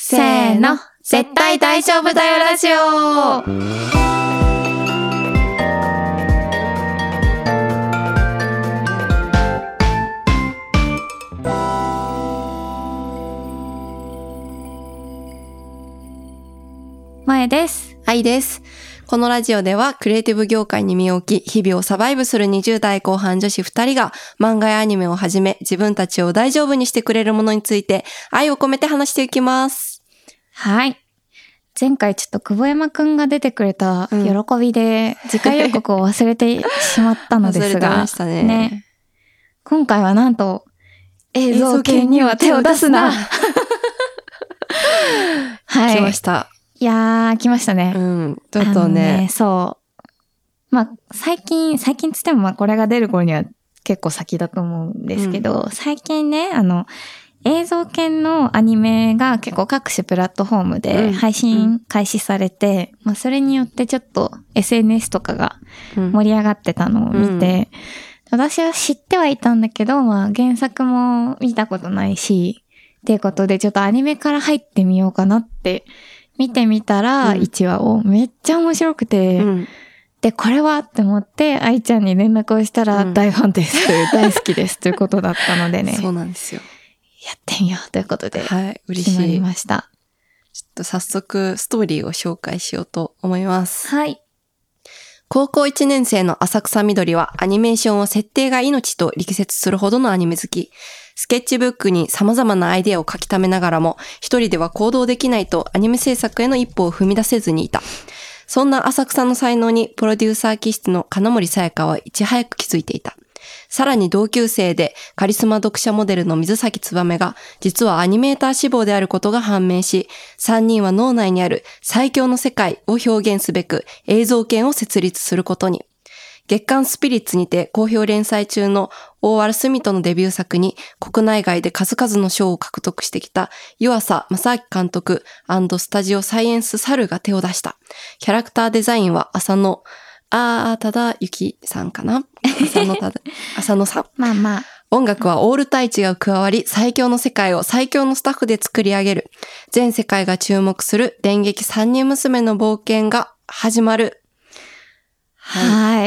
せーの、絶対大丈夫だよラジオ。まえです。 はいです。このラジオではクリエイティブ業界に身を置き、日々をサバイブする20代後半女子2人が漫画やアニメをはじめ自分たちを大丈夫にしてくれるものについて愛を込めて話していきます。 はい。前回ちょっと久保山くんが出てくれた喜びで次回予告を忘れてしまったのですが、 忘れてましたね。 今回はなんと映像系には手を出すな。はい。 来ました。 いやー、来ましたね。 ちょっとね。 そう。まあ、最近つってもこれが出る頃には結構先だと思うんですけど、最近ね、映像系のアニメが結構各種プラットフォームで配信開始されて、まあ、それによってちょっと SNS とかが盛り上がってたのを見て、私は知ってはいたんだけど、まあ、原作も見たことないし、っていうことでちょっとアニメから入ってみようかなって見てみたら、1話をめっちゃ面白くて、で、これはって思って、愛ちゃんに連絡をしたら、大ファンです、大好きですということだったのでね。 そうなんですよ。 やってみようということで、 はい、嬉しい。 決まりました。 ちょっと早速ストーリーを紹介しようと思います。 はい。 高校1年生の浅草みどりはアニメーションを設定が命と力説するほどのアニメ好き。スケッチブックに様々なアイデアを書き溜めながらも、一人では行動できないとアニメ制作への一歩を踏み出せずにいた。そんな浅草の才能にプロデューサー気質の金森さやかはいち早く気づいていた。さらに同級生でカリスマ読者モデルの水崎燕が実はアニメーター志望であることが判明し、3人は脳内にある最強の世界を表現すべく映像圏を設立することに。月刊スピリッツにて好評連載中の大原澄人のデビュー作に国内外で数々の賞を獲得してきた湯浅正明監督&スタジオサイエンスサルが手を出した。キャラクターデザインは浅野忠之さんかな浅野さん。 まあまあ。 音楽はオール対違う加わり、最強の世界を最強のスタッフで作り上げる。全世界が注目する電撃三人娘の冒険が始まる。 はい。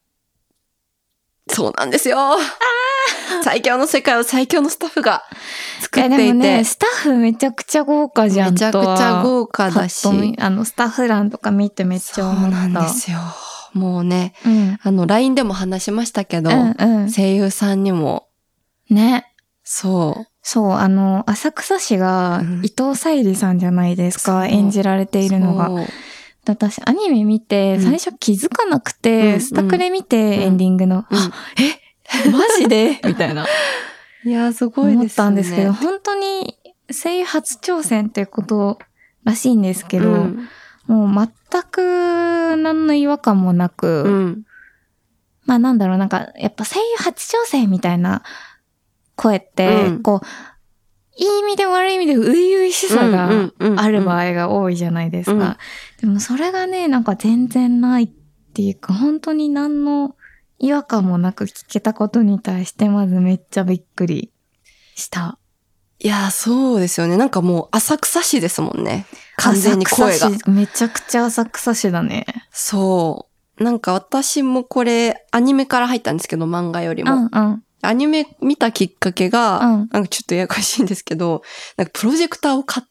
そうなんですよ。最強の世界を最強のスタッフが作っていて。 でもね、スタッフめちゃくちゃ豪華じゃんと。 めちゃくちゃ豪華だし。 スタッフ欄とか見てめっちゃ思った。 そうなんですよ。もうね、LINE でも話しましたけど、声優さんにも。 ね。 そう。 そう、浅草市が伊藤沙莉さんじゃないですか、演じられているのが。私、アニメ見て、最初気づかなくて、スタクレ見て、エンディングの、マジでみたいな。 いや、すごいですね。 思ったんですけど、本当に声優初挑戦っていうことらしいんですけど、もう全く何の違和感もなく、まあなんだろう、なんか、やっぱ声優初挑戦みたいな声って、こう、いい意味で悪い意味で初々しさがある場合が多いじゃないですか。でもそれがね、なんか全然ないっていうか、本当に何の違和感もなく聞けたことに対してまずめっちゃびっくりした。 いや、そうですよね。なんかもう浅草市ですもんね。完全に声が。 めちゃくちゃ浅草市だね。 そう。なんか私もこれアニメから入ったんですけど、漫画よりも。アニメ見たきっかけが、なんかちょっとややこしいんですけど、なんかプロジェクターを買って、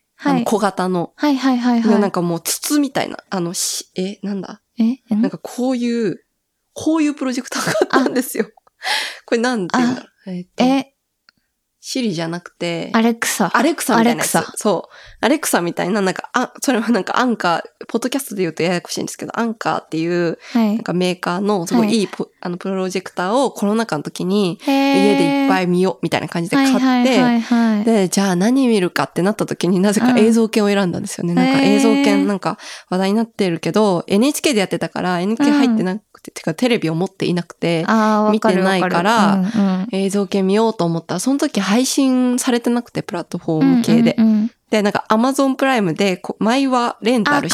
小型の。なんかもう筒みたいな、なんだなんかこういうプロジェクターがあったんですよ。これなんて言うんだろう。シリじゃなくて、 アレクサみたいなやつ。そう。アレクサみたいな、なんか、それはなんかアンカー、ポッドキャストで言うとややこしいんですけど、アンカーっていう、なんかメーカーのすごいいいプロジェクターをコロナ禍の時に家でいっぱい見ようみたいな感じで買って、で、じゃあ何見るかってなった時になぜか映像系を選んだんですよね。なんか映像系なんか話題になってるけど、NHK でやってたから NHK 入ってなくて、てかテレビを持っていなくて、見てないから、映像系見ようと思ったら、その時配信されてなくて、プラットフォーム系で。で、なんか Amazon プライムで毎話レンタルして、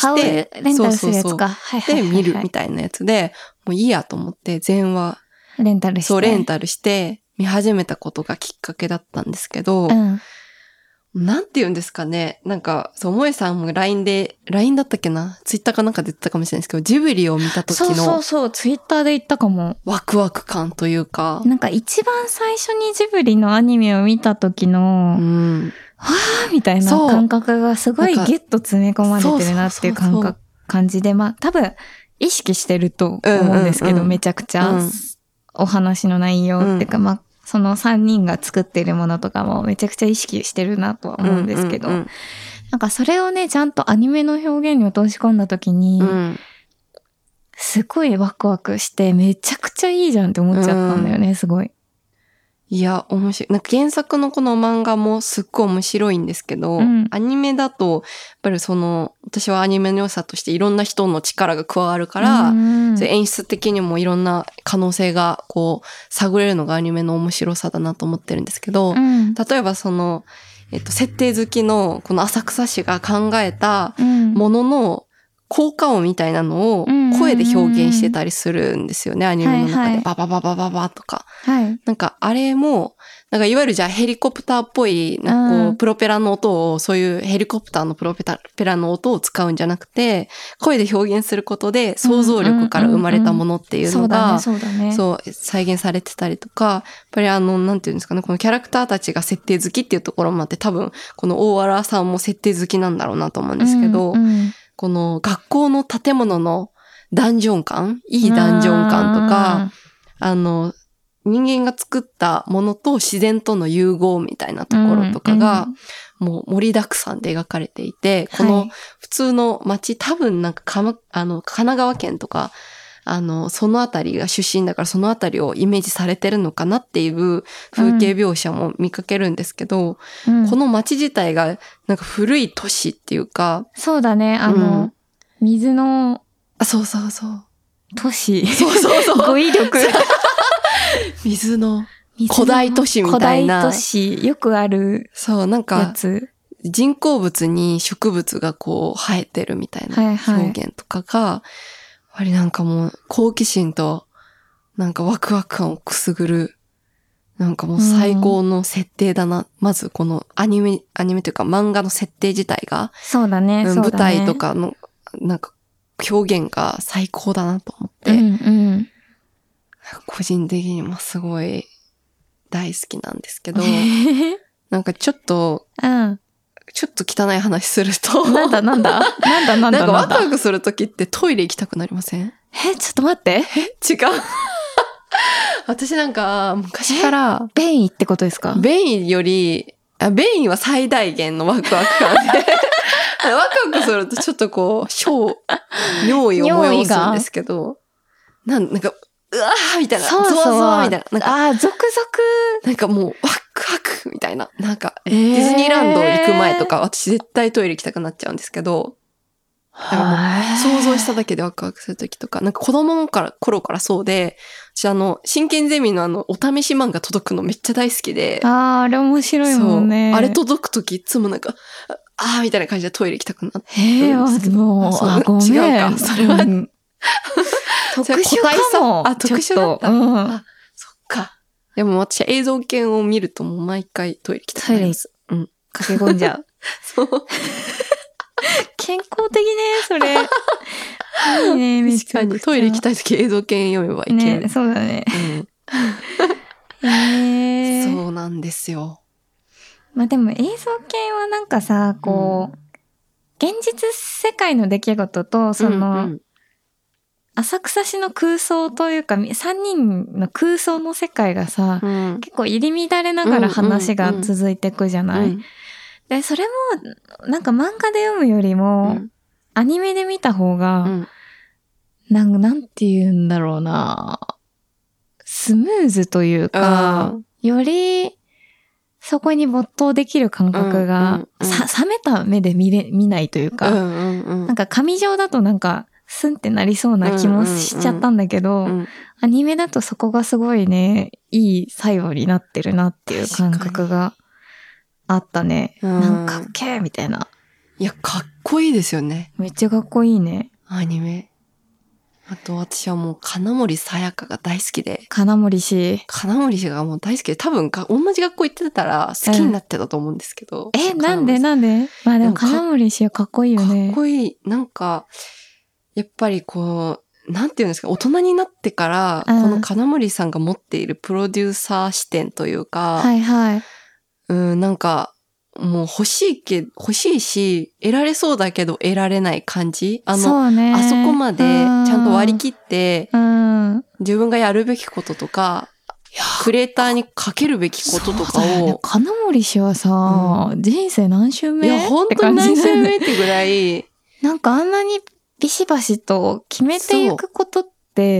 レンタルするやつか。 で、見るみたいなやつで、もういいやと思って全話レンタルして。 そう、レンタルして見始めたことがきっかけだったんですけど、 なんて言うんですかね。なんか、そう、萌さんも LINE だったっけな ?Twitter かなんかで言ったかもしれないですけど、ジブリを見た時のそう、ツイッターで言ったかも。 ワクワク感というか。 なんか一番最初にジブリのアニメを見た時の、わーみたいな感覚がすごいギュッと詰め込まれてるなっていう感じで、まあ多分意識してると思うんですけど、めちゃくちゃお話の内容っていうか、まあその3人が作っているものとかもめちゃくちゃ意識してるなとは思うんですけど、なんかそれをね、ちゃんとアニメの表現に落とし込んだ時に、すごいワクワクしてめちゃくちゃいいじゃんって思っちゃったんだよね、すごい。 いや、面白い。なんか原作のこの漫画もすっごい面白いんですけど、アニメだと、やっぱり私はアニメの良さとしていろんな人の力が加わるから、演出的にもいろんな可能性がこう、探れるのがアニメの面白さだなと思ってるんですけど、例えば設定好きのこの浅草市が考えたものの効果音みたいなのを声で表現してたりするんですよね、アニメの中で。ババババババとか。なんかあれも、なんかいわゆるじゃあヘリコプターっぽい、なんかこう、プロペラの音を、そういうヘリコプターのプロペラの音を使うんじゃなくて、声で表現することで想像力から生まれたものっていうのが、そう、再現されてたりとか、やっぱりなんていうんですかね、このキャラクターたちが設定好きっていうところもあって、多分、この大原さんも設定好きなんだろうなと思うんですけど、この学校の建物のダンジョン感、いいダンジョン感とか、人間が作ったものと自然との融合みたいなところとかが、もう盛りだくさんで描かれていて、この普通の街、多分なんか神奈川県とか、そのあたりが出身だからそのあたりをイメージされてるのかなっていう風景描写も見かけるんですけど、この街自体がなんか古い都市っていうか。 そうだね、水の。 そう。 都市。 そう。 語彙力。 水の古代都市みたいな。 古代都市。よくある。 そう、なんか、人工物に植物がこう生えてるみたいな表現とかが、やっぱりなんかもう好奇心となんかワクワク感をくすぐる、なんかもう最高の設定だな。まずこのアニメというか漫画の設定自体が。 そうだね。 舞台とかのなんか表現が最高だなと思って。個人的にもすごい大好きなんですけど、なんかちょっと汚い話すると。 なんだなんかワクワクするときってトイレ行きたくなりません？ ちょっと待って。 違う。私なんか昔から。 便意ってことですか？ 便意より、便意は最大限のワクワク感で。ワクワクするとちょっとこう、尿意を催すんですけど、なんか、うわーみたいな。ゾワゾワみたいな。なんかゾクゾク。 なんかもう、ワクワクみたいな。なんか、ディズニーランド行く前とか、私絶対トイレ行きたくなっちゃうんですけど、だからもう想像しただけでワクワクするときとか、なんか子供の頃からそうで、私真剣ゼミのお試し漫画届くのめっちゃ大好きで。 あれ面白いもんね。 あれ届くときいつもなんか、みたいな感じでトイレ行きたくなってもう、ごめん。 違うか。それは、 特殊かも。 特殊だった。そっか。でも私映像系を見るともう毎回トイレ行きたくなります。 駆け込んじゃう。 そう。 健康的ね、それ。いいね、めっちゃ。 確かにトイレ行きたいとき映像系読めばいける。 ね、そうだね。 そうなんですよ。 まあでも映像系はなんかさ、こう、現実世界の出来事と、浅草市の空想というか、3人の空想の世界がさ、結構入り乱れながら話が続いていくじゃない？で、それも、なんか漫画で読むよりも、アニメで見た方が、なんて言うんだろうな、スムーズというか、より、そこに没頭できる感覚が、冷めた目で見ないというか、なんか紙状だとなんか、スンってなりそうな気もしちゃったんだけど、アニメだとそこがすごいね、いい最後になってるなっていう感覚があったね。なんかっけーみたいな。 いや、かっこいいですよね。 めっちゃかっこいいね。 アニメ。 あと私はもう金森さやかが大好きで。 金森氏。 金森氏がもう大好きで、多分同じ学校行ってたら好きになってたと思うんですけど。 なんでまあでも金森氏はかっこいいよね。 かっこいい。なんか、やっぱりなんていうんですか、大人になってから、この金森さんが持っているプロデューサー視点というか、 はいはい。 なんか、もう欲しいし、得られそうだけど得られない感じ。 そうね。 あそこまでちゃんと割り切って、自分がやるべきこととか、クリエイターにかけるべきこととかを。 ね、金森氏はさ、人生何周目？ いや、本当に何周目ってぐらい。 なんかあんなにビシバシと決めていくことって、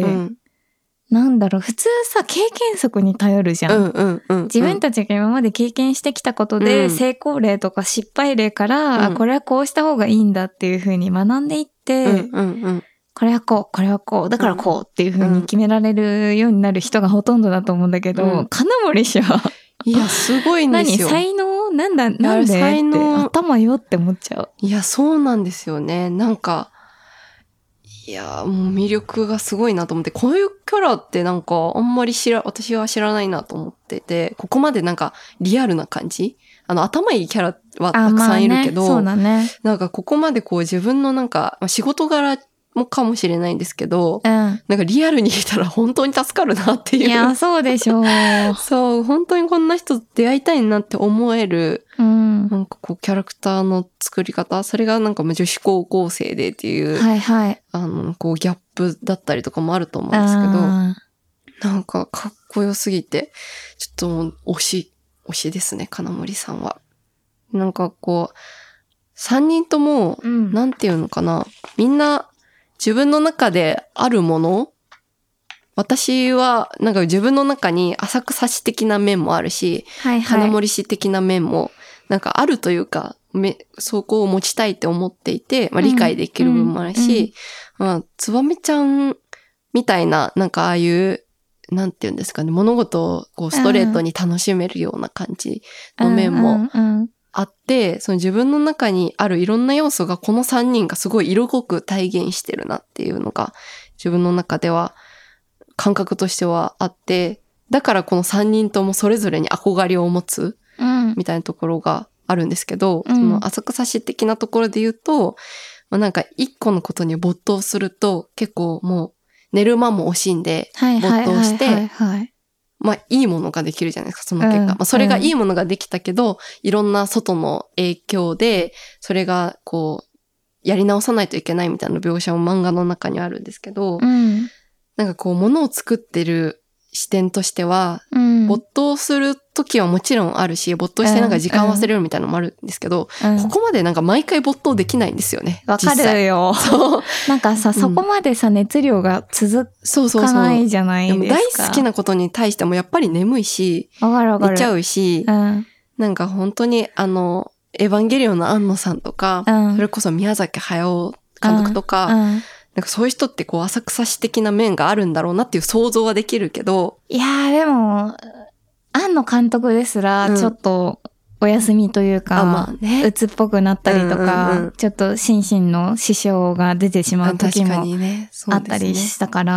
なんだろう、普通さ、経験則に頼るじゃん。自分たちが今まで経験してきたことで、成功例とか失敗例から、これはこうした方がいいんだっていう風に学んでいって、これはこう、これはこう、だからこうっていう風に決められるようになる人がほとんどだと思うんだけど、金森氏は、 いや、すごいんですよ。 才能なんで才能頭よって思っちゃう。 いや、そうなんですよね。なんか、いや、もう魅力がすごいなと思って、こういうキャラってなんかあんまり私は知らないなと思ってて、ここまでなんかリアルな感じ？頭いいキャラはたくさんいるけど、 そうだね。 なんかここまで自分のなんか、仕事柄もかもしれないんですけど、なんかリアルにいたら本当に助かるなっていう。 いや、そうでしょう。 そう、本当にこんな人出会いたいなって思える、なんかキャラクターの作り方、それがなんか女子高校生でっていう、 はいはい。 ギャップだったりとかもあると思うんですけど、なんかかっこよすぎて、ちょっともう推しですね、金森さんは。なんか三人とも、なんていうのかな、みんな自分の中であるもの、私はなんか自分の中に浅草市的な面もあるし、金森市的な面もなんかあるというか、そこを持ちたいって思っていて、理解できる部分もあるし、つばめちゃんみたいな、なんかああいう、なんていうんですかね、物事をストレートに楽しめるような感じの面もあって、その自分の中にあるいろんな要素がこの3人がすごい色濃く体現してるなっていうのが自分の中では感覚としてはあって、だからこの3人ともそれぞれに憧れを持つみたいなところがあるんですけど、その浅草市的なところで言うと、なんか一個のことに没頭すると結構もう寝る間も惜しんで没頭して、いいものができるじゃないですか、その結果。それがいいものができたけど、いろんな外の影響で、それがやり直さないといけないみたいな描写も漫画の中にあるんですけど、なんか物を作ってる視点としては、没頭するときはもちろんあるし、没頭してなんか時間忘れるみたいなのもあるんですけど、ここまでなんか毎回没頭できないんですよね。 わかるよ。そう。なんかさ、そこまでさ、熱量が続かないじゃないですか。 大好きなことに対してもやっぱり眠いし、寝ちゃうし、なんか本当にエヴァンゲリオンの庵野さんとか、それこそ宮崎駿監督とか、なんかそういう人って浅草市的な面があるんだろうなっていう想像はできるけど。 いやーでも、庵野監督ですら、ちょっとお休みというか、鬱っぽくなったりとか、ちょっと心身の支障が出てしまう時もあったりしたから。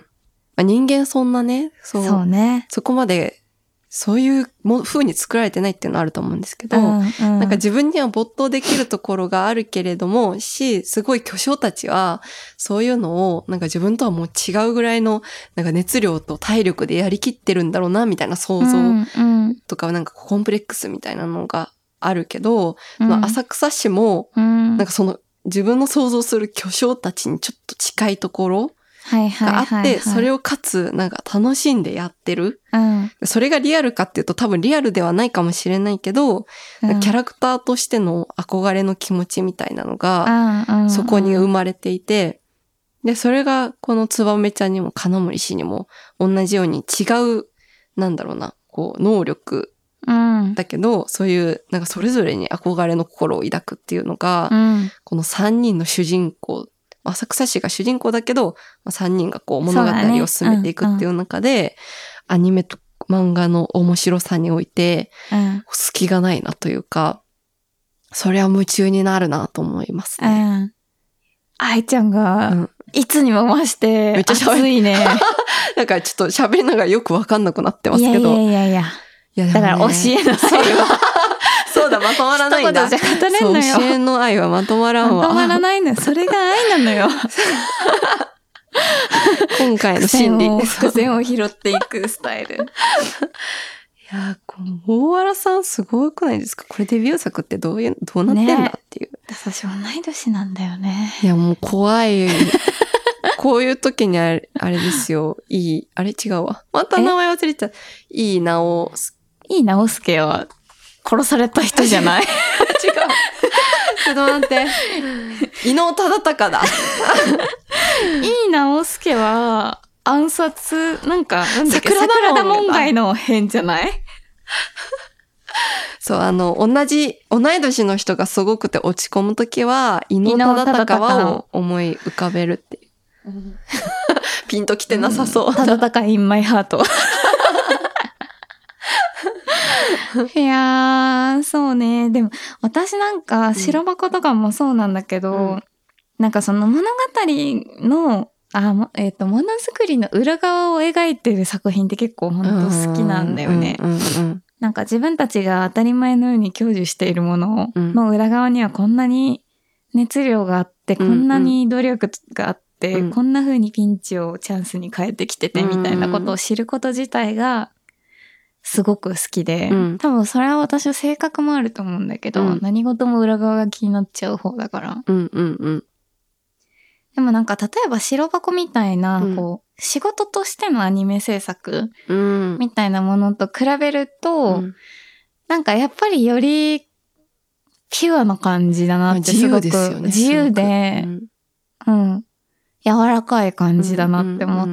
人間そんなね、 そうね。 そこまで、そういう風に作られてないっていうのはあると思うんですけど、なんか自分には没頭できるところがあるけれども、すごい巨匠たちは、そういうのを、なんか自分とはもう違うぐらいの、なんか熱量と体力でやりきってるんだろうな、みたいな想像とか、なんかコンプレックスみたいなのがあるけど、浅草市も、なんか自分の想像する巨匠たちにちょっと近いところ、があって、それをかつ、なんか楽しんでやってる。それがリアルかっていうと多分リアルではないかもしれないけど、キャラクターとしての憧れの気持ちみたいなのが、そこに生まれていて、で、それがこのつばめちゃんにも金森氏にも同じように違う、なんだろうな、能力だけど、そういう、なんかそれぞれに憧れの心を抱くっていうのが、この3人の主人公、浅草市が主人公だけど、3人が物語を進めていくっていう中で、アニメと漫画の面白さにおいて、隙がないなというか、それは夢中になるなと思いますね。 愛ちゃんがいつにも増してめっちゃ喋る熱いね。 なんかちょっと喋りながらよくわかんなくなってますけど。 いや。 いやだから教えの愛は。 そうだ、まとまらないんだ。 一言じゃ語れんのよ。 そう教えの愛はまとまらんわ。 まとまらないのよ。それが愛なのよ。 今回の心理。 伏線を拾っていくスタイル。 いやー、大原さんすごくないですか？これデビュー作ってどうなってんだっていう。 私同い年なんだよね。 いや、もう怖い。こういう時にあれですよ。あれ違うわ。また名前忘れちゃった。いい直輔は殺された人じゃない？違う。 ちょっと待って。伊能忠敬だ。 いい直輔は暗殺、なんだっけ、 桜田門外の変じゃない？ そう、同い年の人がすごくて落ち込むときは、伊能忠敬を思い浮かべるっていう。ピンときてなさそう。 忠敬 in my heart。いやー、そうね。でも、私なんか、白箱とかもそうなんだけど、なんかその物語の、ものづくりの裏側を描いてる作品って結構本当好きなんだよね。なんか自分たちが当たり前のように享受しているものの裏側にはこんなに熱量があって、こんなに努力があって、こんな風にピンチをチャンスに変えてきててみたいなことを知ること自体がすごく好きで、多分それは私の性格もあると思うんだけど、何事も裏側が気になっちゃう方だから。でもなんか例えば白箱みたいな、こう、仕事としてのアニメ制作みたいなものと比べると、なんかやっぱりよりピュアな感じだなってすごく自由で、柔らかい感じだなって思って、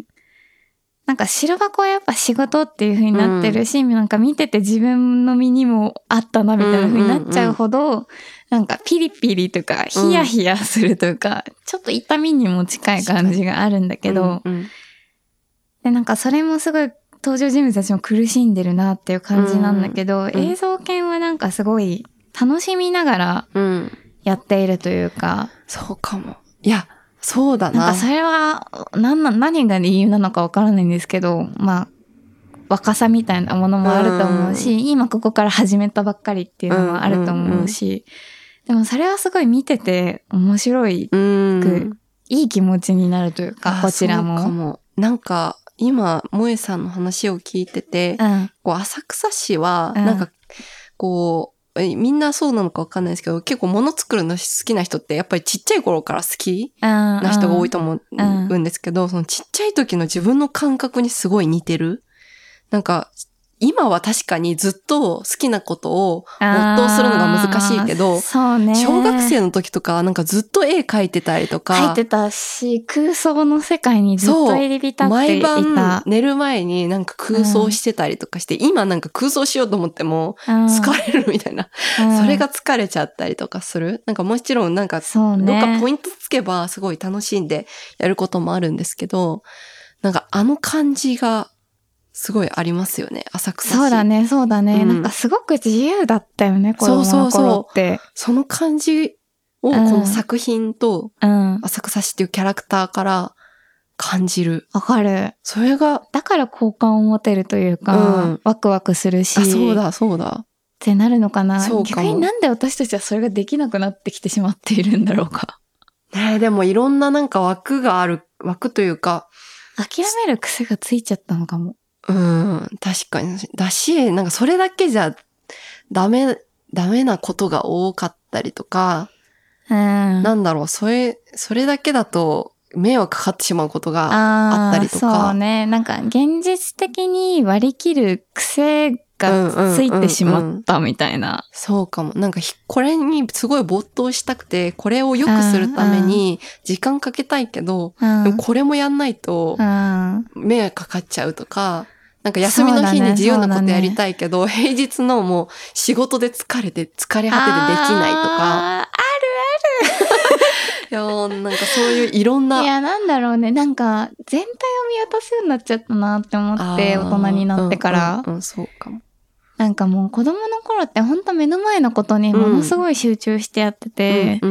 なんか白箱はやっぱ仕事っていう風になってるし、なんか見てて自分の身にもあったなみたいな風になっちゃうほど、なんかピリピリとかヒヤヒヤするというか、ちょっと痛みにも近い感じがあるんだけど、でなんかそれもすごい登場人物たちも苦しんでるなっていう感じなんだけど、映像犬はなんかすごい楽しみながらやっているというか、 そうかも。いや、そうだな。 なんかそれは何が理由なのかわからないんですけど、まあ若さみたいなものもあると思うし、今ここから始めたばっかりっていうのもあると思うし、でもそれはすごい見てて面白いいい気持ちになるというか、こちらも。 そうかも。なんか今萌えさんの話を聞いてて、こう浅草市はなんかこうみんなそうなのかわかんないですけど、結構物作るの好きな人ってやっぱりちっちゃい頃から好きな人が多いと思うんですけど、そのちっちゃい時の自分の感覚にすごい似てる。なんか、今は確かにずっと好きなことを没頭するのが難しいけど、 そうね、 小学生の時とかなんかずっと絵描いてたりとか。 描いてたし、空想の世界にずっと入り浸っていた。 毎晩寝る前になんか空想してたりとかして、今なんか空想しようと思っても疲れるみたいな。それが疲れちゃったりとかする。なんかもちろんなんかどっかポイントつけばすごい楽しんでやることもあるんですけど、なんかあの感じがすごいありますよね、浅草市。 そうだね。なんかすごく自由だったよね、子供の頃って。 その感じをこの作品と浅草市っていうキャラクターから感じる。 わかる。 それが。 だから好感を持てるというか、ワクワクするし。 そうだ。 ってなるのかな。逆になんで私たちはそれができなくなってきてしまっているんだろうか。 ねえ、でもいろんななんか枠というか。 諦める癖がついちゃったのかも。 確かに。だし、なんかそれだけじゃダメなことが多かったりとか、なんだろう、それだけだと迷惑かかってしまうことがあったりとか。 そうね。なんか現実的に割り切る癖がついてしまったみたいな。 そうかも。なんかこれにすごい没頭したくて、これを良くするために時間かけたいけど、でもこれもやんないと迷惑かかっちゃうとか、なんか休みの日に自由なことやりたいけど、平日のもう仕事で疲れて疲れ果ててできないとか。 あるいやなんかそういういろんな。 いやなんだろうね。なんか全体を見渡すようになっちゃったなって思って、大人になってから。 そうかも。 なんかもう子供の頃ってほんと目の前のことにものすごい集中してやってて、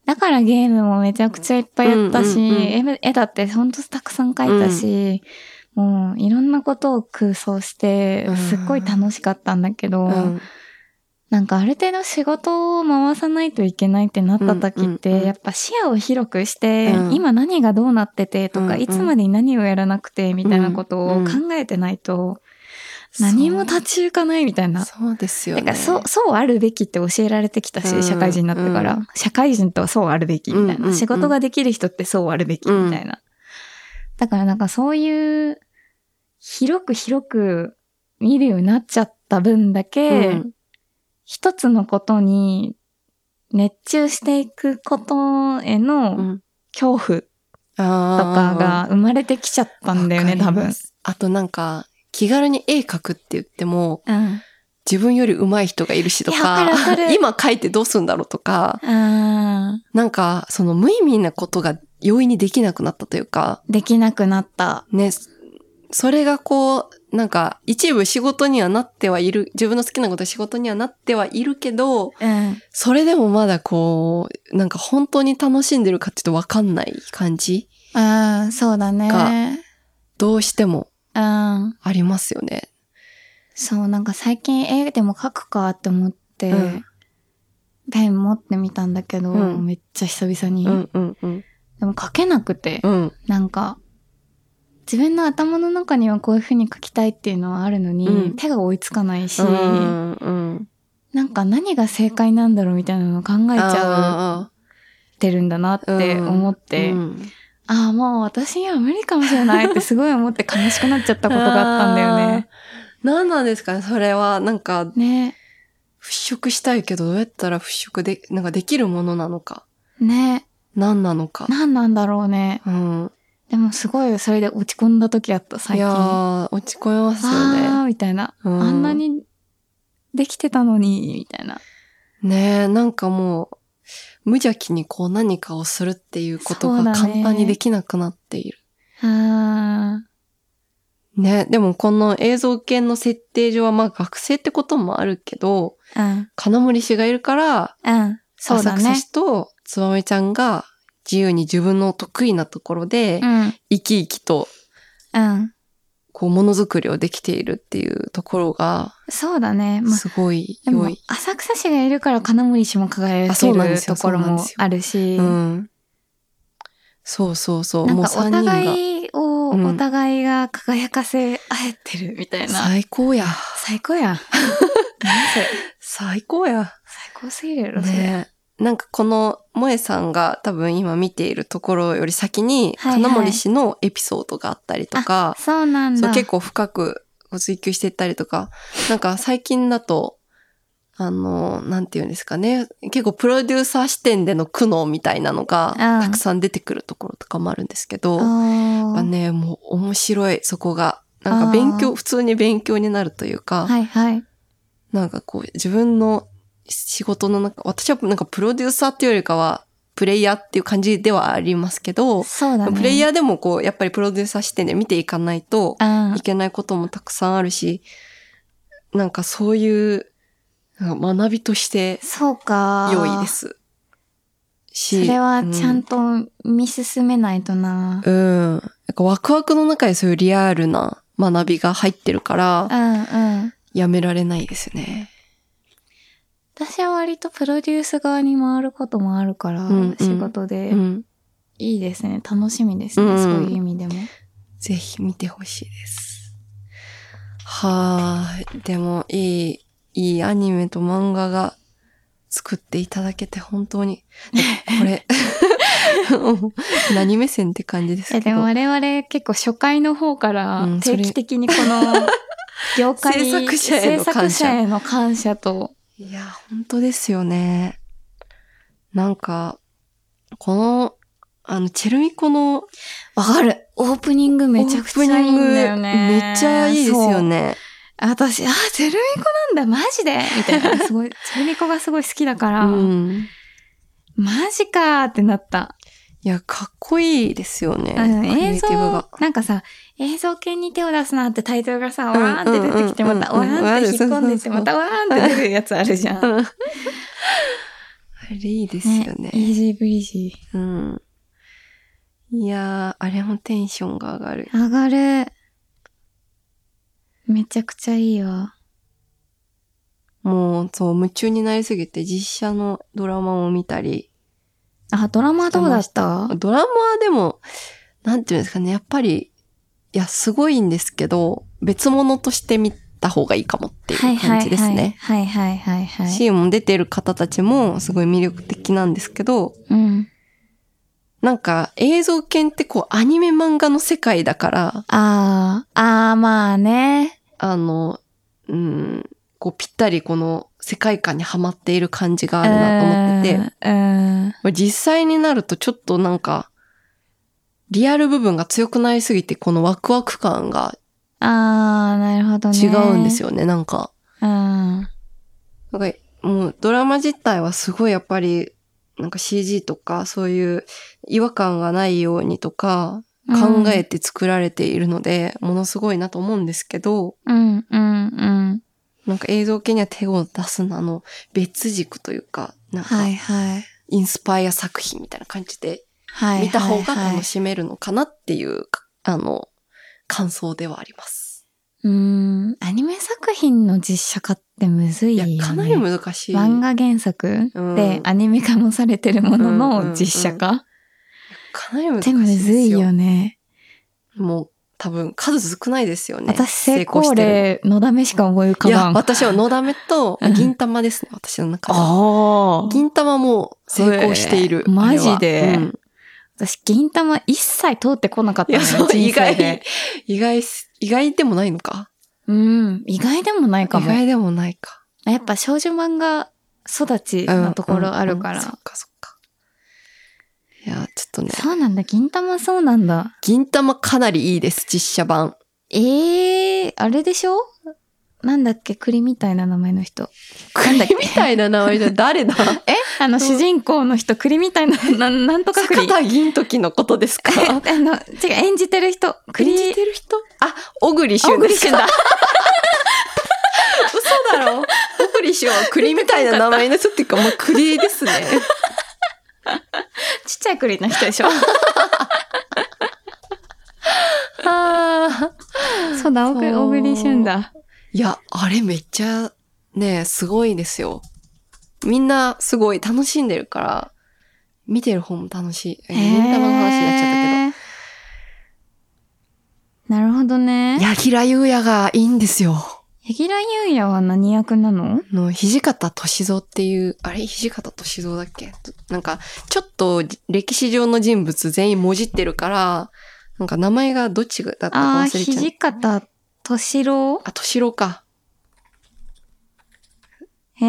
だからゲームもめちゃくちゃいっぱいやったし、 うんうんうん絵だってほんとたくさん描いたし、もういろんなことを空想して、すっごい楽しかったんだけど、なんかある程度仕事を回さないといけないってなった時って、やっぱ視野を広くして、今何がどうなっててとか、いつまでに何をやらなくてみたいなことを考えてないと、何も立ち行かないみたいな。 そうですよね。 だからそうあるべきって教えられてきたし、社会人になってから。社会人とはそうあるべきみたいな。仕事ができる人ってそうあるべきみたいな。だからなんかそういう、広く見るようになっちゃった分だけ、一つのことに熱中していくことへの恐怖とかが生まれてきちゃったんだよね、多分。 あとなんか、気軽に絵描くって言っても、自分より上手い人がいるしとか、今描いてどうするんだろうとか、なんかその無意味なことが容易にできなくなったというか。 できなくなった。 ね、それがこう、なんか一部仕事にはなってはいる、自分の好きなことは仕事にはなってはいるけど、それでもまだこう、なんか本当に楽しんでるかって言うとわかんない感じ。 そうだね。 どうしても。ありますよね。 そう、なんか最近絵でも描くかって思って、ペン持ってみたんだけど、めっちゃ久々に。でも描けなくて、なんか、自分の頭の中にはこういう風に描きたいっていうのはあるのに、手が追いつかないし、なんか何が正解なんだろうみたいなのを考えちゃってるんだなって思って、もう私には無理かもしれないってすごい思って悲しくなっちゃったことがあったんだよね。 何なんですかね、それは。なんか、 ね。 払拭したいけど、どうやったら払拭で、なんかできるものなのか。 ね。 何なのか。 何なんだろうね。でもすごいそれで落ち込んだ時あった、最近。 いやー、落ち込みますよね。 みたいな。あんなにできてたのに、みたいな。 ねえ、なんかもう、無邪気にこう何かをするっていうことが簡単にできなくなっている。ね、でもこの映像系の設定上はまあ学生ってこともあるけど、金森氏がいるから、 そうだね。 浅草氏とつばめちゃんが自由に自分の得意なところで、生き生きと、こうものづくりをできているっていうところが、 そうだね。 すごい良い。 浅草氏がいるから金森氏も輝いてるところもあるし、 そうそうそう。 なんかお互いをお互いが輝かせ合えてるみたいな。 最高や。 最高や。 最高や。 最高すぎるよね。なんかこの萌えさんが多分今見ているところより先に金森氏のエピソードがあったりとか、 そうなんだ。 結構深く追求していったりとか、なんか最近だとなんていうんですかね。結構プロデューサー視点での苦悩みたいなのがたくさん出てくるところとかもあるんですけど、ね、もう面白い、そこが。なんか普通に勉強になるというか、なんかこう自分の仕事の中、私はなんかプロデューサーっていうよりかは、プレイヤーっていう感じではありますけど、 そうだね。 プレイヤーでもこう、やっぱりプロデューサー視点で見ていかないといけないこともたくさんあるし、なんかそういう学びとして良いです。 それはちゃんと見進めないとな。 なんかワクワクの中でそういうリアルな学びが入ってるから、やめられないですよね。 私は割とプロデュース側に回ることもあるから、仕事で、いいですね。楽しみですね。そういう意味でも。 ぜひ見てほしいです。でもいいアニメと漫画が作っていただけて本当に、これ、何目線って感じですけど。 でも我々結構初回の方から定期的にこの業界制作者への感謝と。 いや、本当ですよね。なんか、この、チェルミコの、 わかる。オープニングめちゃくちゃいいんだよね。 めっちゃいいですよね。 私、チェルミコなんだ、マジでみたいな。すごい、チェルミコがすごい好きだから、マジかーってなった。 いや、かっこいいですよね。 映像、なんかさ、映像系に手を出すなってタイトルがさ、わーんって出てきて、またわーんって引っ込んでって、またわーんって出るやつあるじゃん。 あれいいですよね。 イージーブリージうん。いやー、あれもテンションが上がる。 ー。上がる。めちゃくちゃいいわ。 もう、そう、夢中になりすぎて実写のドラマを見たり。 あ、ドラマどうだった？ ドラマはでも、なんていうんですかね、やっぱり、いや、すごいんですけど、別物として見た方がいいかもっていう感じですね。 はいはいはいはい。 シーンも出てる方たちもすごい魅力的なんですけど、 うん。 なんか映像系ってこうアニメ漫画の世界だから、 まあね。 こうぴったりこの世界観にはまっている感じがあるなと思ってて、実際になるとちょっとなんか、リアル部分が強くなりすぎてこのワクワク感がなるほどね。 違うんですよね、なんか。 なんかもうドラマ自体はすごいやっぱりなんか CG とかそういう違和感がないようにとか考えて作られているので、ものすごいなと思うんですけど、なんか映像系には手を出すの別軸というか、なんかインスパイア作品みたいな感じで見た方が楽しめるのかなっていう感想ではあります。 アニメ作品の実写化ってむずいよね。 いや、かなり難しい。 漫画原作でアニメ化もされてるものの実写化、 かなり難しいですよ。 ってむずいよね。 もう多分数少ないですよね。 私、成功例、のだめしか思い浮かばん。 いや、私はのだめと銀玉ですね、私の中で。銀玉も成功している。 マジで、私、銀玉一切通ってこなかったのよ、人生で。 意外でもないのか。 意外でもないかも。 意外でもないか。 やっぱ少女漫画育ちのところあるから。 そっかそっか。いや、ちょっとね。 そうなんだ、銀玉そうなんだ。 銀玉かなりいいです、実写版。 あれでしょ？なんだっけ、栗みたいな名前の人。 栗みたいな名前じゃ誰だ？ 主人公の人、栗みたいな、なんとか栗。 坂田銀時のことですか？ 違う、演じてる人。 演じてる人？小栗旬ですか？小栗旬だ。嘘だろ？小栗旬は栗みたいな名前の人っていうか、もう栗ですね。 ちっちゃい栗の人でしょ？そうだ、小栗旬だ。 いや、あれめっちゃね、すごいですよ。みんなすごい楽しんでるから、見てる方も楽しい。銀玉の話になっちゃったけど。なるほどね。 柳楽優弥がいいんですよ。 柳楽優弥は何役なの？ 土方歳三っていう、土方歳三だっけ？なんか、ちょっと歴史上の人物全員もじってるから、なんか名前がどっちだったか忘れちゃう。 土方歳三？ 歳三か。 そう、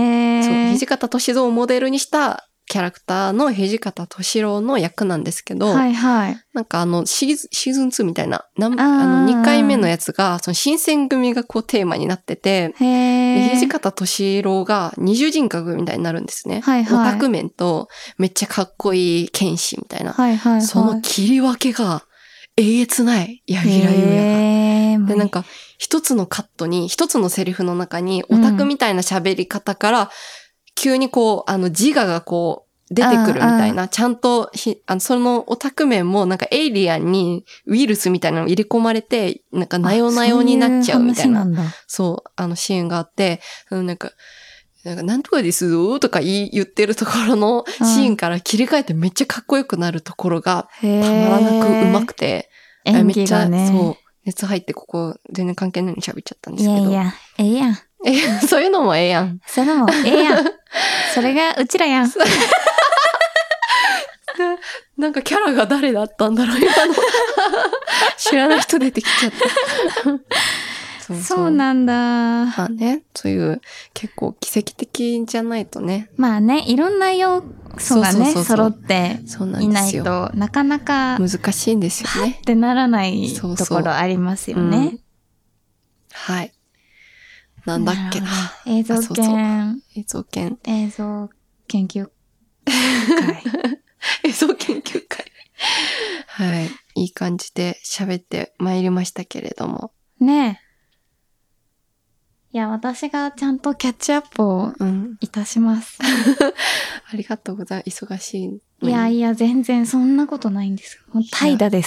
土方歳三をモデルにしたキャラクターの土方歳三の役なんですけど、なんかシーズン2みたいな、2回目のやつが、その新選組がこうテーマになってて、土方歳三が二重人格みたいになるんですね。オタク面とめっちゃかっこいい剣士みたいな。その切り分けがえげつない、柳楽優弥が。で、なんか、一つのカットに、一つのセリフの中に、オタクみたいな喋り方から、急にこう、自我がこう、出てくるみたいな、ちゃんと、そのオタク面も、なんかエイリアンにウイルスみたいなの入れ込まれて、なんかなよなよになっちゃうみたいな、そう、シーンがあって、なんとかですぞとか言ってるところのシーンから切り替えてめっちゃかっこよくなるところがたまらなくうまくて、 演技がね、 めっちゃ、そう、熱入ってここ全然関係ないのに喋っちゃったんですけど。 いや、ええやん。 そういうのもええやん。 そういうのもええやん。それがうちらやん。 なんかキャラが誰だったんだろう、今の。知らない人出てきちゃった。 そうなんだ。 まあね、そういう結構奇跡的じゃないとね。 まあね、いろんな要素がね、揃っていないとなかなか難しいんですよね。 ってならないところありますよね。 はい。なんだっけな。 映像研究会。 映像研究会。はい。いい感じで喋ってまいりましたけれども。 ねえ。 いや、私がちゃんとキャッチアップをいたします。 ありがとうございます。忙しい。 いやいや、全然そんなことないんです。怠惰です。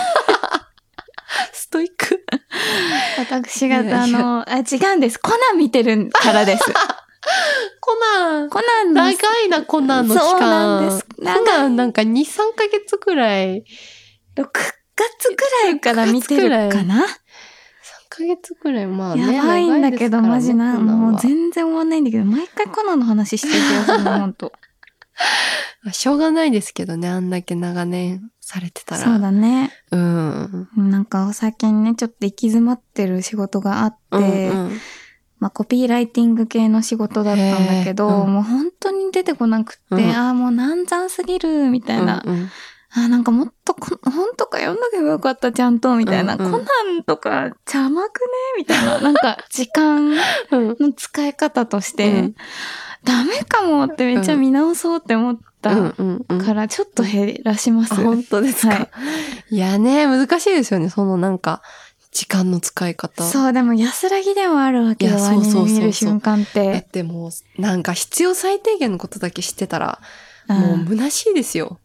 ストイック。 私が、違うんです。コナン見てるからです。 コナンの長いな、コナンの期間。 そうなんです。 コナンなんか2、3ヶ月くらい。 6月くらいから見てるかな ?3 ヶ月くらい、まあね。 やばいんだけど、マジな。もう全然終わんないんだけど、毎回コナンの話してる気がするの、ほんと。 しょうがないですけどね、あんだけ長年されてたら。 そうだね。 なんか最近ね、ちょっと行き詰まってる仕事があって、まあコピーライティング系の仕事だったんだけど、もう本当に出てこなくって、もう難産すぎる、みたいな。なんかもっと本とか読んどけばよかったちゃんとみたいな、コナンとか邪魔くねみたいな、なんか時間の使い方として、ダメかもってめっちゃ見直そうって思ったからちょっと減らします。 本当ですか、いやね、難しいですよね、そのなんか時間の使い方。 そう、でも安らぎでもあるわけよ、アニメ見る瞬間って。 だってもうなんか必要最低限のことだけ知ってたら、もう虚しいですよ。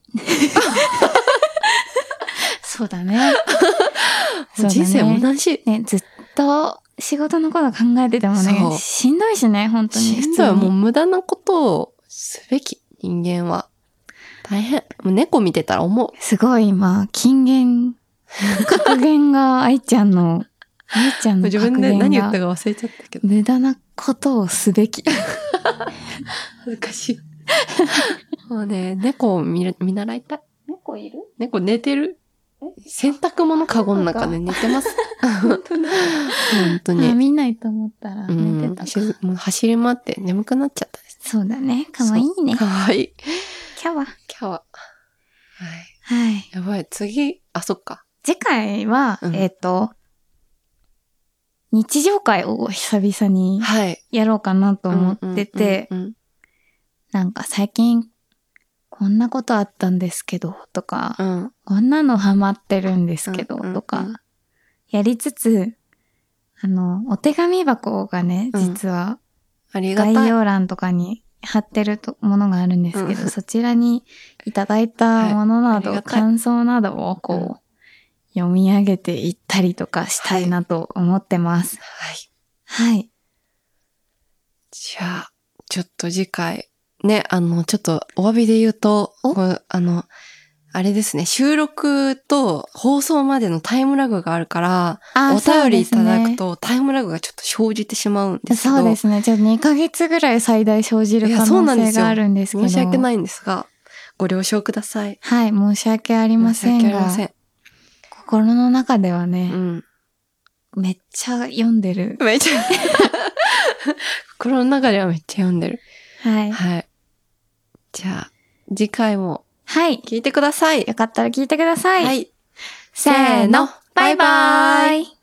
そうだね。 人生虚しい。 ね、ずっと仕事のこと考えててもね、しんどいしね、本当に。 しんどい。もう無駄なことをすべき、人間は。大変。もう猫見てたら思う。 すごい今、格言が愛ちゃんの格言が。 自分で何言ったか忘れちゃったけど。 無駄なことをすべき。 恥ずかしい。もうね、猫を見習いたい。 猫いる？ 猫寝てる。洗濯物カゴの中で寝てます。 本当だ。 本当に。 見ないと思ったら寝てた。 もう走り回って眠くなっちゃったです。 そうだね。かわいいね。 かわいい。 キャワ。 はい。やばい。次、そっか。 次回は、日常会を久々にやろうかなと思ってて、なんか最近こんなことあったんですけどとか、こんなのハマってるんですけどとか、やりつつ、お手紙箱がね、実は概要欄とかに貼ってるものがあるんですけど、そちらにいただいたものなど、感想などをこう、読み上げていったりとかしたいなと思ってます。はい。 じゃあ、ちょっと次回、ね、ちょっとお詫びで言うと、あれですね、収録と放送までのタイムラグがあるから、お便りいただくとタイムラグがちょっと生じてしまうんですけど。 そうですね。ちょっと2ヶ月ぐらい最大生じる可能性があるんですけど。 申し訳ないんですが、ご了承ください。 はい、申し訳ありませんが。心の中ではね、めっちゃ読んでる。 めっちゃ。心の中ではめっちゃ読んでる。 はい。 はい。じゃあ、次回も。 はい。 聞いてください。 よかったら聞いてください。 はい。 せーの、バイバーイ。